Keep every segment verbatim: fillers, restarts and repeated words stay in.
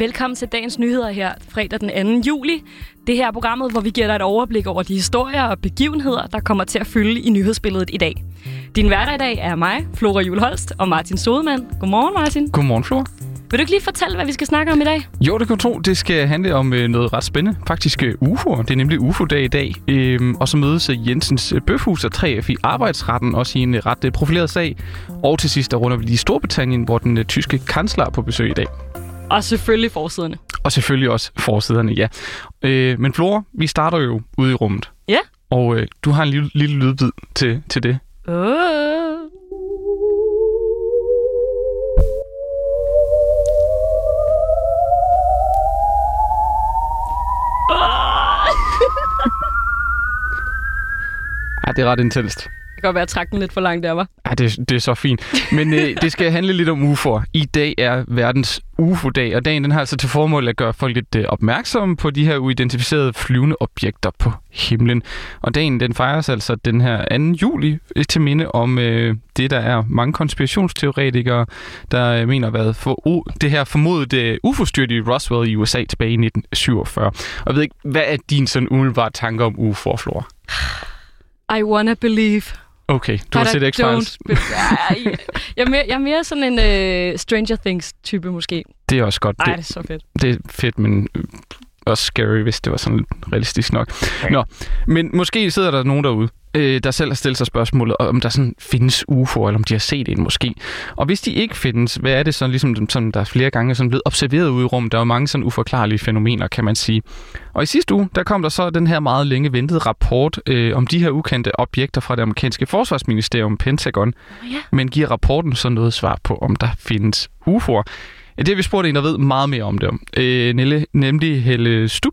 velkommen til dagens nyheder her fredag den anden juli. Det her er programmet, hvor vi giver dig et overblik over de historier og begivenheder, der kommer til at fylde i nyhedsbilledet i dag. Din hverdag i dag er mig, Flora Juhl Holst og Martin Sodemann. Godmorgen, Martin. Godmorgen, Flora. Vil du ikke lige fortælle, hvad vi skal snakke om i dag? Jo, det kan du tro. Det skal handle om øh, noget ret spændende. Faktisk øh, U F O'er. Det er nemlig U F O-dag i dag. Øhm, og så mødes øh, Jensens øh, Bøfhus og tre F i arbejdsretten, også i en øh, ret øh, profileret sag. Og til sidst der runder vi lige i Storbritannien, hvor den øh, tyske kansler er på besøg i dag. Og selvfølgelig forsiderne. Og selvfølgelig også forsiderne, ja. Øh, men Flora, vi starter jo ude i rummet. Ja. Og øh, du har en lille, lille lydbid til, til det. Uh. Ja, det er ret intenst. Det kan godt være, at jeg trak den lidt for langt der, var. Ja, det, det er så fint. Men øh, det skal handle lidt om U F O'er. I dag er verdens U F O-dag, og dagen den har altså til formål at gøre folk lidt øh, opmærksomme på de her uidentificerede flyvende objekter på himlen. Og dagen den fejres altså den her anden juli til minde om øh, det, der er mange konspirationsteoretikere, der øh, mener, hvad for uh, det her formodede U F O-styrt i Roswell i U S A tilbage i nitten syvogfyrre. Og jeg ved ikke, hvad er din sådan umiddelbare tanker om U F O'er, Flora? I wanna believe. Okay, du har set X-Files. Be- jeg, jeg, er mere, jeg er mere sådan en uh, Stranger Things-type måske. Det er også godt. Ej, det, det er så fedt. Det er fedt, men også scary, hvis det var sådan lidt realistisk nok. Okay. Nå, men måske sidder der nogen derude, øh, der selv har stillet sig spørgsmålet, om der sådan findes U F O'er, eller om de har set en måske. Og hvis de ikke findes, hvad er det så ligesom, sådan, der er flere gange sådan blevet observeret ude i rummet? Der er jo mange sådan uforklarlige fænomener, kan man sige. Og i sidste uge, der kom der så den her meget længe ventede rapport øh, om de her ukendte objekter fra det amerikanske forsvarsministerium, Pentagon. Oh, yeah. Men giver rapporten så noget svar på, om der findes U F O'er? Ja, det har vi spurgt en, der ved meget mere om det. Øh, Nelle, nemlig Helle Stub.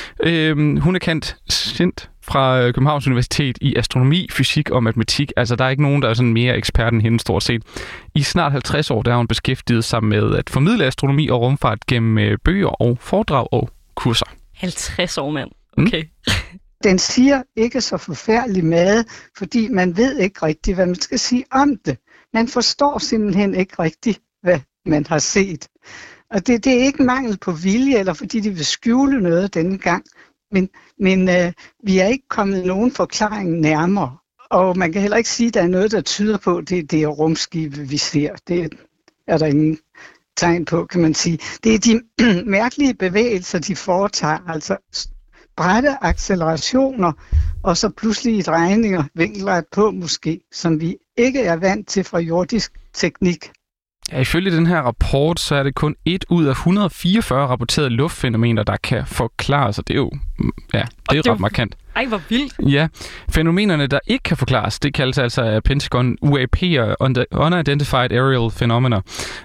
Øh, hun er kendt sindt fra Københavns Universitet i astronomi, fysik og matematik. Altså, der er ikke nogen, der er sådan mere ekspert end hende, stort set. I snart halvtreds år, der har hun beskæftiget sig med at formidle astronomi og rumfart gennem bøger og foredrag og kurser. halvtreds år, mand. Okay. Mm. Den siger ikke så forfærdelig meget, fordi man ved ikke rigtigt, hvad man skal sige om det. Man forstår simpelthen ikke rigtigt, hvad man har set. Og det, det er ikke mangel på vilje, eller fordi de vil skjule noget denne gang, men, men øh, vi er ikke kommet nogen forklaring nærmere. Og man kan heller ikke sige, at der er noget, der tyder på, at det, det er rumskibe, vi ser. Det er der ingen tegn på, kan man sige. Det er de mærkelige bevægelser, de foretager, altså brætte accelerationer, og så pludselig drejninger, vinkler på måske, som vi ikke er vant til fra jordisk teknik. Ja, ifølge den her rapport, så er det kun et ud af et hundrede og fireogfyrre rapporterede luftfænomener, der kan forklares, og det er jo ja, det er ret markant. Ej, hvor vildt. Ja, fænomenerne, der ikke kan forklares, det kaldes altså af Pentagon U A P'er, Unidentified Aerial Phenomena.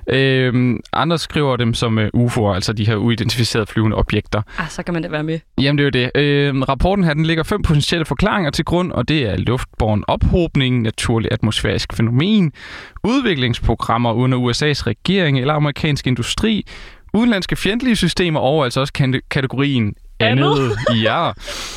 Øhm, andre skriver dem som uh, U F O'er, altså de her uidentificerede flyvende objekter. Ah, så kan man da være med. Jamen, det er jo det. Øhm, rapporten her, den ligger fem potentielle forklaringer til grund, og det er luftbåren ophobning, naturlig atmosfærisk fænomen, udviklingsprogrammer under U S A's regering eller amerikansk industri, udenlandske fjendtlige systemer og altså også kategorien andet. Ja.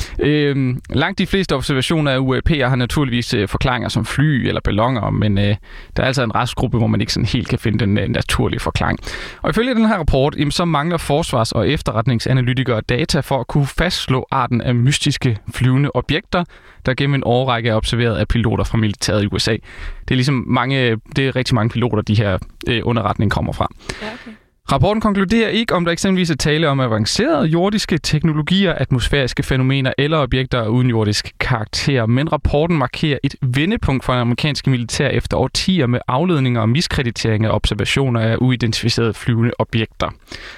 Øhm, langt de fleste observationer af U A P'er har naturligvis øh, forklaringer som fly eller balloner, men øh, der er altså en restgruppe, hvor man ikke sådan helt kan finde den øh, naturlige forklaring. Og ifølge den her rapport, jamen, så mangler forsvars- og efterretningsanalytikere data for at kunne fastslå arten af mystiske flyvende objekter, der gennem en årrække er observeret af piloter fra militæret i U S A. Det er ligesom mange, det er rigtig mange piloter, de her øh, underretning kommer fra. Ja, okay. Rapporten konkluderer ikke, om der eksempelvis er tale om avancerede jordiske teknologier, atmosfæriske fænomener eller objekter af udenjordisk karakter, men rapporten markerer et vendepunkt for det amerikanske militær efter årtier med afledninger og miskreditering af observationer af uidentificerede flyvende objekter.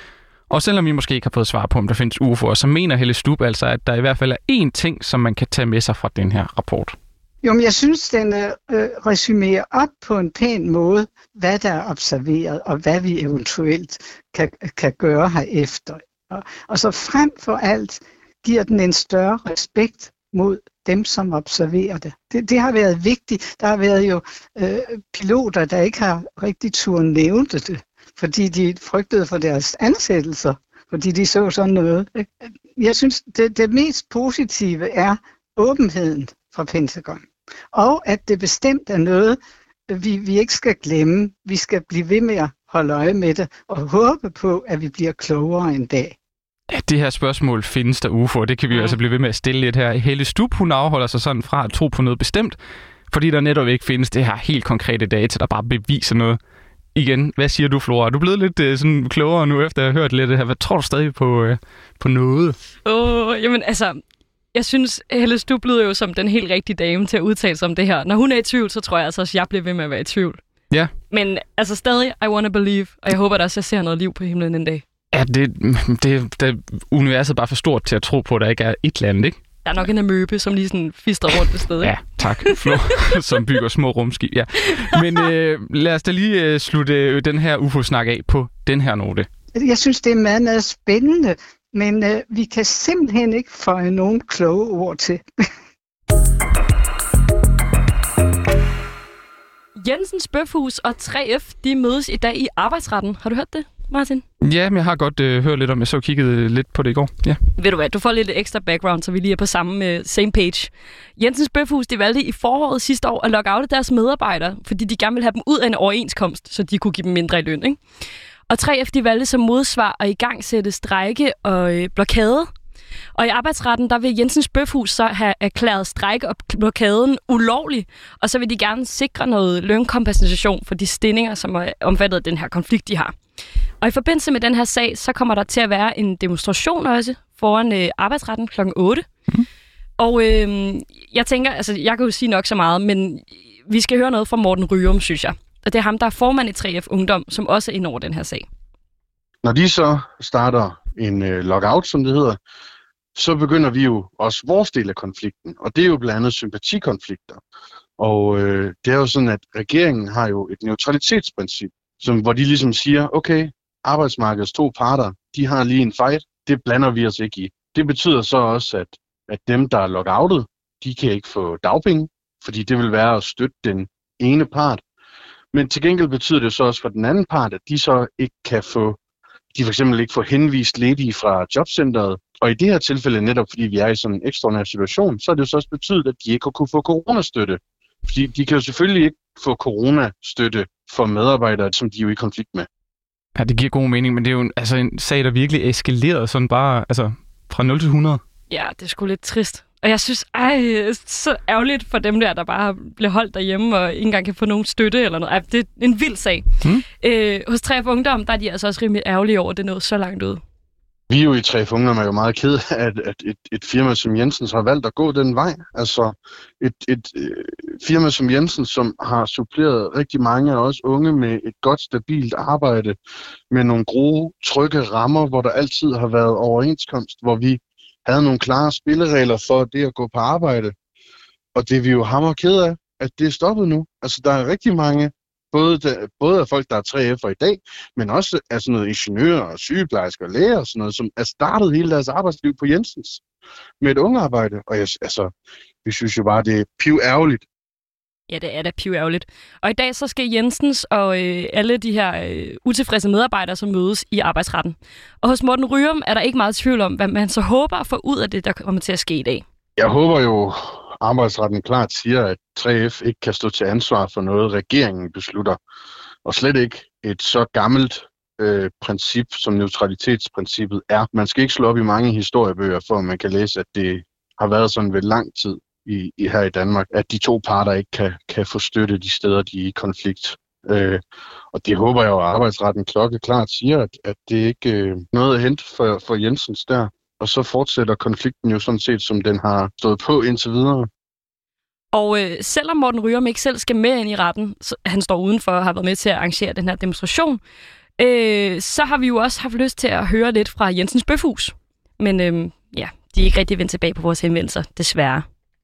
Og selvom vi måske ikke har fået svar på, om der findes U F O'er, så mener Helle Stub altså, at der i hvert fald er én ting, som man kan tage med sig fra den her rapport. Jo, men jeg synes, den øh, resumerer op på en pæn måde, hvad der er observeret, og hvad vi eventuelt kan, kan gøre herefter. Og, og så frem for alt giver den en større respekt mod dem, som observerer det. Det, det har været vigtigt. Der har været jo øh, piloter, der ikke har rigtig tur nævnt det, fordi de frygtede for deres ansættelser, fordi de så sådan noget. Jeg synes, det, det mest positive er åbenheden fra Pentagon. Og at det bestemt er noget, vi, vi ikke skal glemme. Vi skal blive ved med at holde øje med det og håbe på, at vi bliver klogere en dag. Ja, det her spørgsmål findes der U F O'er. Det kan vi jo mm. altså blive ved med at stille lidt her. Helle Stup, hun afholder sig sådan fra at tro på noget bestemt, fordi der netop ikke findes det her helt konkrete data, der bare beviser noget. Igen, hvad siger du, Flora? Er du blevet lidt uh, sådan klogere nu, efter at have hørt lidt af det her? Hvad tror du stadig på, uh, på noget? Åh, oh, jamen altså, jeg synes, Helle Stup lyder jo som den helt rigtige dame til at udtale sig om det her. Når hun er i tvivl, så tror jeg altså, at jeg bliver ved med at være i tvivl. Ja. Men altså stadig, I wanna believe, og jeg håber da også, at jeg ser noget liv på himlen en dag. Ja, det, det, det universet er bare for stort til at tro på, at der ikke er et land, ikke? Der er nok en amøbe, som lige sådan fister rundt et sted. Ja, tak, Flo, som bygger små rumskib. Ja. Men øh, lad os da lige øh, slutte øh, den her U F O-snak af på den her note. Jeg synes, det er meget, meget spændende, men øh, vi kan simpelthen ikke få nogen kloge ord til. Jensens Bøfhus og tre F, de mødes i dag i arbejdsretten. Har du hørt det, Martin? Ja, men jeg har godt øh, hørt lidt om, jeg så kigget lidt på det i går. Ja. Ved du hvad, du får lidt ekstra background, så vi lige er på samme uh, same page. Jensens Bøfhus, de valgte i foråret sidste år at logge oute deres medarbejdere, fordi de gerne ville have dem ud af en overenskomst, så de kunne give dem mindre i løn, ikke? Og tre F, de valgte som modsvar at igangsætte strejke og øh, blokade. Og i arbejdsretten, der vil Jensens Bøfhus så have erklæret strejke og blokaden ulovlig, og så vil de gerne sikre noget lønkompensation for de stillinger, som er omfattet af den her konflikt, de har. Og i forbindelse med den her sag, så kommer der til at være en demonstration også foran øh, arbejdsretten klokken otte. Mm. Og øh, jeg tænker, altså jeg kan jo sige nok så meget, men vi skal høre noget fra Morten Ryum, synes jeg. Og det er ham, der er formand i tre F Ungdom, som også er inde over den her sag. Når de så starter en øh, lockout, som det hedder, så begynder vi jo også vores del af konflikten. Og det er jo blandt andet sympatikonflikter. Og øh, det er jo sådan, at regeringen har jo et neutralitetsprincip, som, hvor de ligesom siger, okay, arbejdsmarkedets to parter, de har lige en fight, det blander vi os ikke i. Det betyder så også, at, at dem, der er lockoutet, de kan ikke få dagpenge, fordi det vil være at støtte den ene part. Men til gengæld betyder det så også for den anden part, at de så ikke kan få, de for eksempel ikke får henvist ledige fra jobcentret. Og i det her tilfælde, netop fordi vi er i sådan en ekstraordinær situation, så er det jo så også betydet, at de ikke har kunne få coronastøtte. Fordi de kan jo selvfølgelig ikke få coronastøtte for medarbejdere, som de er jo i konflikt med. Ja, det giver god mening, men det er jo en, altså en sag, der virkelig eskalerer sådan bare altså, fra nul til hundrede. Ja, det er sgu lidt trist. Og jeg synes, ej, så ærgerligt for dem der, der bare bliver holdt derhjemme og ikke engang kan få nogen støtte eller noget. Ej, det er en vild sag. Hmm. Øh, hos tre F Ungdom, der er de altså også rimelig ærgerlige over, at det nåede så langt ud. Vi er jo i tre F Ungdom er jo meget ked af, at, at et, et firma som Jensens har valgt at gå den vej. Altså et, et øh, firma som Jensens, som har suppleret rigtig mange af os unge med et godt, stabilt arbejde, med nogle gode, trygge rammer, hvor der altid har været overenskomst, hvor vi havde nogle klare spilleregler for det at gå på arbejde. Og det er vi jo hammer ked af, at det er stoppet nu. Altså der er rigtig mange, både, der, både af folk, der er tre F'er i dag, men også af sådan noget ingeniører og sygeplejersker og læger og sådan noget, som er startet hele deres arbejdsliv på Jensens med et ungearbejde. Og jeg, altså, vi synes jo bare, det er piværgerligt. Ja, det er da piværgerligt. Og i dag så skal Jensens og øh, alle de her øh, utilfredse medarbejdere så mødes i arbejdsretten. Og hos Morten Ryum er der ikke meget tvivl om, hvad man så håber at få ud af det, der kommer til at ske i dag. Jeg håber jo, arbejdsretten klart siger, at tre F ikke kan stå til ansvar for noget, regeringen beslutter. Og slet ikke et så gammelt øh, princip, som neutralitetsprincippet er. Man skal ikke slå op i mange historiebøger, for at man kan læse, at det har været sådan ved lang tid i, i her i Danmark, at de to parter ikke kan, kan få støtte de steder, de er i konflikt. Øh, og det håber jeg jo, at arbejdsretten klokkeklart siger, at, at det ikke er øh, noget at hente for, for Jensens der. Og så fortsætter konflikten jo sådan set, som den har stået på indtil videre. Og øh, selvom Morten Ryum ikke selv skal med ind i retten, så han står udenfor og har været med til at arrangere den her demonstration, øh, så har vi jo også haft lyst til at høre lidt fra Jensens Bøfhus. Men øh, ja, de er ikke rigtig vendt tilbage på vores henvendelser, desværre.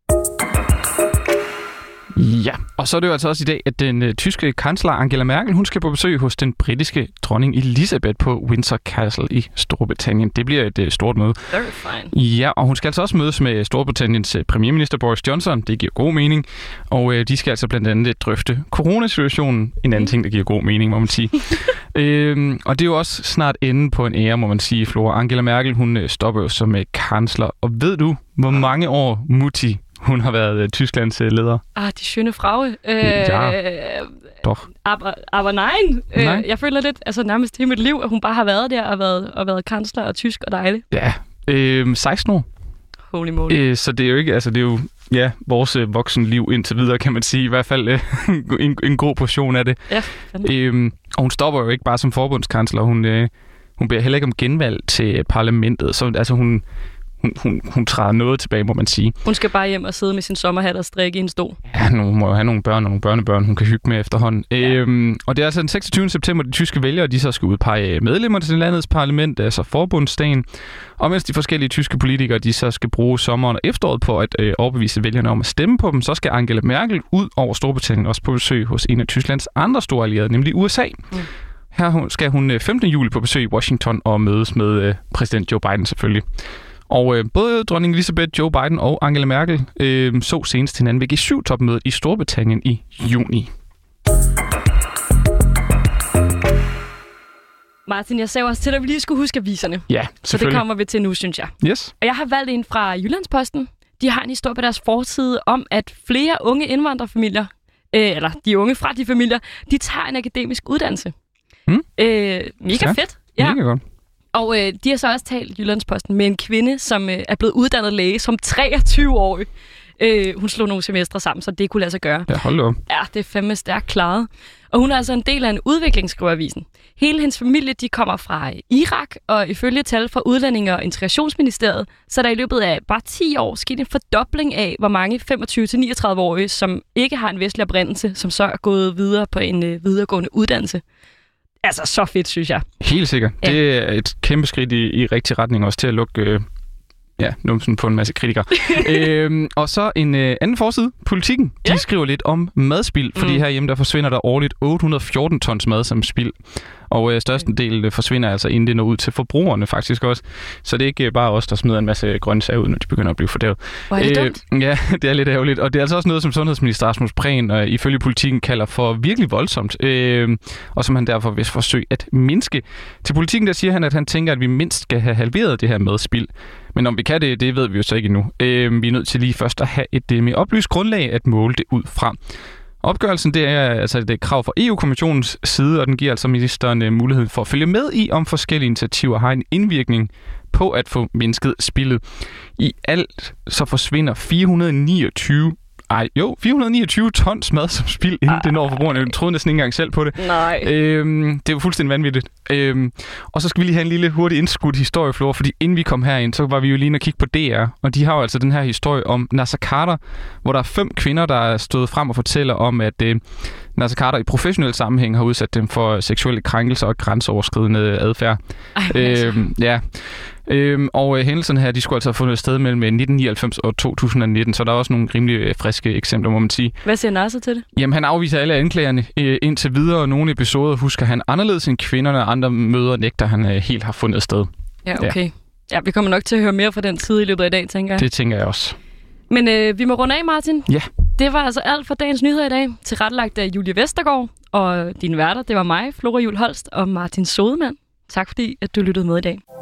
Ja, og så er det jo altså også i dag, at den uh, tyske kansler Angela Merkel, hun skal på besøg hos den britiske dronning Elizabeth på Windsor Castle i Storbritannien. Det bliver et uh, stort møde. Very fine. Ja, og hun skal altså også mødes med Storbritanniens uh, premierminister Boris Johnson. Det giver god mening. Og uh, de skal altså blandt andet drøfte coronasituationen. En anden ting, der giver god mening, må man sige. øhm, og det er jo også snart enden på en ære, må man sige, Flora. Angela Merkel, hun uh, stopper jo som uh, kansler. Og ved du, hvor mange år Mutti hun har været øh, Tysklands øh, leder. Ah, de schöne Frau. Øh, Ja, doch. Aber, aber nein. Nej. Øh, jeg føler lidt, altså nærmest hele mit liv, at hun bare har været der og været, og været kansler og tysk og dejlig. Ja, øh, seksten år. Holy moly. Øh, så det er jo ikke, altså det er jo, ja, vores øh, voksenliv indtil videre, kan man sige. I hvert fald øh, en, en god portion af det. Ja, øh, og hun stopper jo ikke bare som forbundskansler. Hun, øh, hun beder heller ikke om genvalg til parlamentet. Så altså hun... Hun, hun, hun træder noget tilbage, må man sige. Hun skal bare hjem og sidde med sin sommerhat og strikke i en stol. Ja, nu må jo have nogle børn og nogle børnebørn, hun kan hygge med efterhånden. Ja. Øhm, og det er altså den seksogtyvende september, de tyske vælgere, de så skal udpege medlemmer til landets parlament, altså forbundsdagen. Og mens de forskellige tyske politikere, de så skal bruge sommeren og efteråret på at øh, overbevise vælgerne om at stemme på dem, så skal Angela Merkel ud over Storbritannien også på besøg hos en af Tysklands andre store allierede, nemlig U S A. Mm. Her skal hun femtende juli på besøg i Washington og mødes med øh, præsident Joe Biden selvfølgelig. Og øh, både dronning Elizabeth, Joe Biden og Angela Merkel øh, så senest hinanden ved G syv topmødet i Storbritannien i juni. Martin, jeg sagde også til dig, at vi lige skulle huske aviserne. Ja, så det kommer vi til nu, synes jeg. Yes. Og jeg har valgt en fra Jyllandsposten. De har en historie på deres forside om, at flere unge indvandrerfamilier, øh, eller de unge fra de familier, de tager en akademisk uddannelse. Hmm? Øh, mega ja. fedt. Ja. Mega godt. Og øh, de har så også talt Jyllandsposten med en kvinde, som øh, er blevet uddannet læge som treogtyve-årig. Øh, hun slog nogle semestre sammen, så det kunne lade sig gøre. Ja, hold da op. Ja, det er fandme stærkt klaret. Og hun er altså en del af en udviklingsskriveravisen. Hele hendes familie, de kommer fra Irak, og ifølge tal fra Udlændinge- og Integrationsministeriet, så er der i løbet af bare ti år sket en fordobling af, hvor mange femogtyve til niogtredive-årige, som ikke har en vestlig oprindelse, som så er gået videre på en øh, videregående uddannelse. Altså, så fedt, synes jeg. Helt sikkert. Ja. Det er et kæmpe skridt i, i rigtig retning også til at lukke øh, ja, numsen på en masse kritikere. øhm, og så en øh, anden forside, Politikken. De ja. skriver lidt om madspild, fordi mm. herhjemme der forsvinder der årligt otte hundrede og fjorten tons mad som spild. Og øh, størsten del øh, forsvinder altså, inden det når ud til forbrugerne faktisk også. Så det er ikke bare os, der smider en masse grøntsager ud, når de begynder at blive fordævet. Hvor er det dumt? Øh, ja, det er lidt ærgerligt. Og det er altså også noget, som sundhedsminister Rasmus Prehn øh, ifølge Politikken kalder for virkelig voldsomt. Øh, og som han derfor vil forsøge at mindske. Til Politikken der siger han, at han tænker, at vi mindst skal have halveret det her madspild. Men om vi kan det, det ved vi jo så ikke endnu. Øh, vi er nødt til lige først at have et mere oplyst grundlag at måle det ud fra. Opgørelsen det er altså det er krav fra E U-kommissionens side, og den giver altså ministeren mulighed for at følge med i, om forskellige initiativer har en indvirkning på at få mindsket spildet. I alt så forsvinder fire hundrede og niogtyve Ej, jo, fire hundrede og niogtyve tons mad som spild, inden det når forbrugerne. Jeg troede næsten ikke engang selv på det. Nej. Øhm, det er jo fuldstændig vanvittigt. Øhm, og så skal vi lige have en lille hurtig indskudt historieflor, fordi inden vi kom herind, så var vi jo lige inde og kigge på D R, og de har jo altså den her historie om Naser Khader, hvor der er fem kvinder, der er stået frem og fortæller om, at øh, Naser Khader i professionel sammenhæng har udsat dem for seksuelle krænkelser og grænseoverskridende adfærd. Ej, øhm, ja. Øhm, og øh, hændelserne her, de skulle altså have fundet sted mellem nitten nioghalvfems og to tusind og nitten, så der er også nogle rimelig øh, friske eksempler, må man sige. Hvad siger Nasser til det? Jamen, han afviser alle anklagerne øh, indtil videre, og nogle episoder husker han anderledes end kvinderne, og andre møder nægter han øh, helt har fundet sted. Ja, okay. Ja. ja, vi kommer nok til at høre mere fra den tid i løbet af i dag, tænker jeg. Det tænker jeg også. Men øh, vi må runde af, Martin. Ja. Det var altså alt for dagens nyheder i dag. Tilrettelagt af Julie Vestergaard, og dine værter, det var mig, Flora Juhl Holst og Martin Sodemann. Tak fordi, at du lyttede med i dag.